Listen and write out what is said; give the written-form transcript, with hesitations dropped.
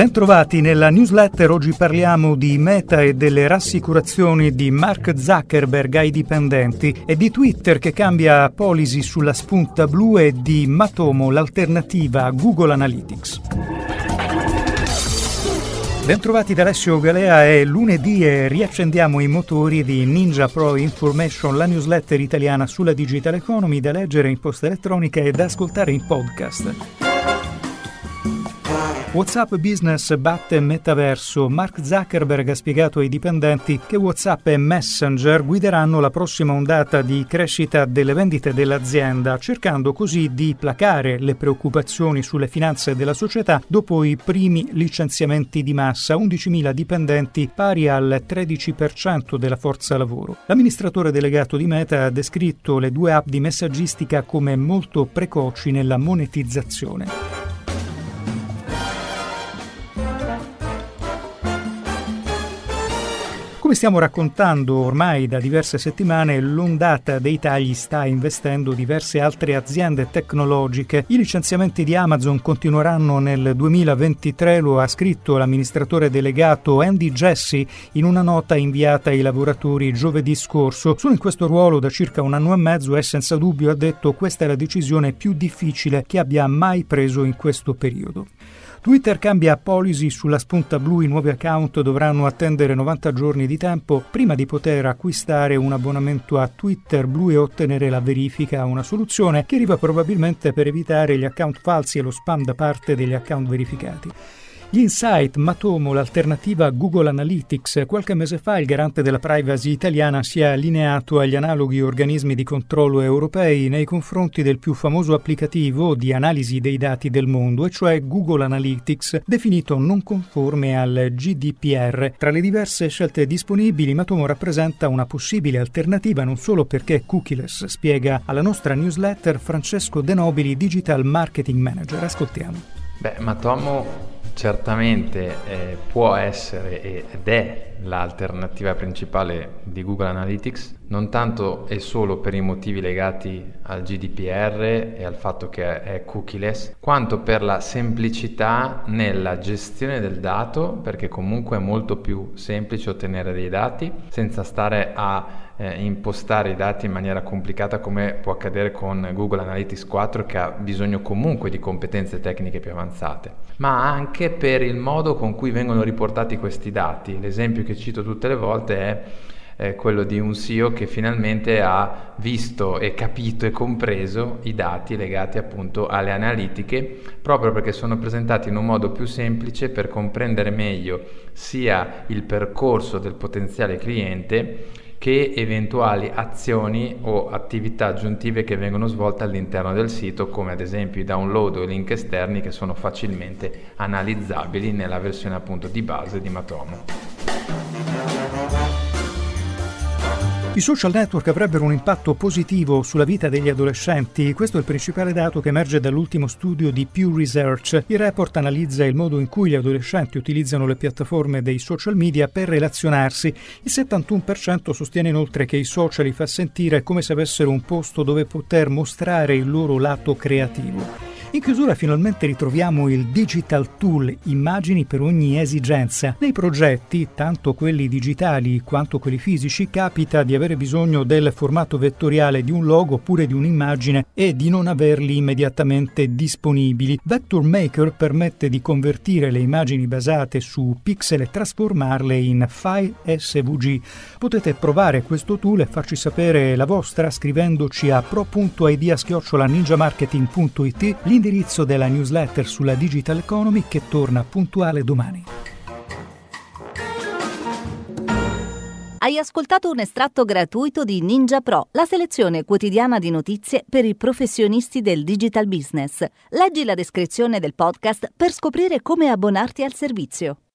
Bentrovati nella newsletter. Oggi parliamo di Meta e delle rassicurazioni di Mark Zuckerberg ai dipendenti, e di Twitter che cambia policy sulla spunta blu, e di Matomo, l'alternativa a Google Analytics. Bentrovati da Alessio Galea. È lunedì e riaccendiamo i motori di Ninja Pro Information, la newsletter italiana sulla digital economy, da leggere in posta elettronica e da ascoltare in podcast. WhatsApp Business batte Metaverso. Mark Zuckerberg ha spiegato ai dipendenti che WhatsApp e Messenger guideranno la prossima ondata di crescita delle vendite dell'azienda, cercando così di placare le preoccupazioni sulle finanze della società dopo i primi licenziamenti di massa, 11.000 dipendenti, pari al 13% della forza lavoro. L'amministratore delegato di Meta ha descritto le due app di messaggistica come molto precoci nella monetizzazione. Come stiamo raccontando ormai da diverse settimane, l'ondata dei tagli sta investendo diverse altre aziende tecnologiche. I licenziamenti di Amazon continueranno nel 2023, lo ha scritto l'amministratore delegato Andy Jassy in una nota inviata ai lavoratori giovedì scorso. Sono in questo ruolo da circa un anno e mezzo e senza dubbio, ha detto, questa è la decisione più difficile che abbia mai preso in questo periodo. Twitter cambia policy sulla spunta blu. I nuovi account dovranno attendere 90 giorni di tempo prima di poter acquistare un abbonamento a Twitter Blue e ottenere la verifica, una soluzione che arriva probabilmente per evitare gli account falsi e lo spam da parte degli account verificati. Gli insight, Matomo, l'alternativa a Google Analytics. Qualche mese fa il garante della privacy italiana si è allineato agli analoghi organismi di controllo europei nei confronti del più famoso applicativo di analisi dei dati del mondo, e cioè Google Analytics, definito non conforme al GDPR. Tra le diverse scelte disponibili, Matomo rappresenta una possibile alternativa non solo perché è cookieless, spiega alla nostra newsletter Francesco De Nobili, Digital Marketing Manager. Ascoltiamo. Matomo certamente può essere ed è l'alternativa principale di Google Analytics, non tanto e solo per i motivi legati al GDPR e al fatto che è cookieless, quanto per la semplicità nella gestione del dato, perché comunque è molto più semplice ottenere dei dati senza stare a impostare i dati in maniera complicata come può accadere con Google Analytics 4, che ha bisogno comunque di competenze tecniche più avanzate, ma anche per il modo con cui vengono riportati questi dati. L'esempio che cito tutte le volte è quello di un CEO che finalmente ha visto e capito e compreso i dati legati appunto alle analitiche, proprio perché sono presentati in un modo più semplice per comprendere meglio sia il percorso del potenziale cliente che eventuali azioni o attività aggiuntive che vengono svolte all'interno del sito, come ad esempio i download o i link esterni che sono facilmente analizzabili nella versione appunto di base di Matomo. I social network avrebbero un impatto positivo sulla vita degli adolescenti. Questo è il principale dato che emerge dall'ultimo studio di Pew Research. Il report analizza il modo in cui gli adolescenti utilizzano le piattaforme dei social media per relazionarsi. Il 71% sostiene inoltre che i social li fa sentire come se avessero un posto dove poter mostrare il loro lato creativo. In chiusura finalmente ritroviamo il Digital Tool, immagini per ogni esigenza. Nei progetti, tanto quelli digitali quanto quelli fisici, capita di avere bisogno del formato vettoriale di un logo oppure di un'immagine e di non averli immediatamente disponibili. Vector Maker permette di convertire le immagini basate su pixel e trasformarle in file SVG. Potete provare questo tool e farci sapere la vostra scrivendoci a pro.idea@ninjamarketing.it, l'indirizzo della newsletter sulla digital economy, che torna puntuale domani. Hai ascoltato un estratto gratuito di Ninja Pro, la selezione quotidiana di notizie per i professionisti del digital business. Leggi la descrizione del podcast per scoprire come abbonarti al servizio.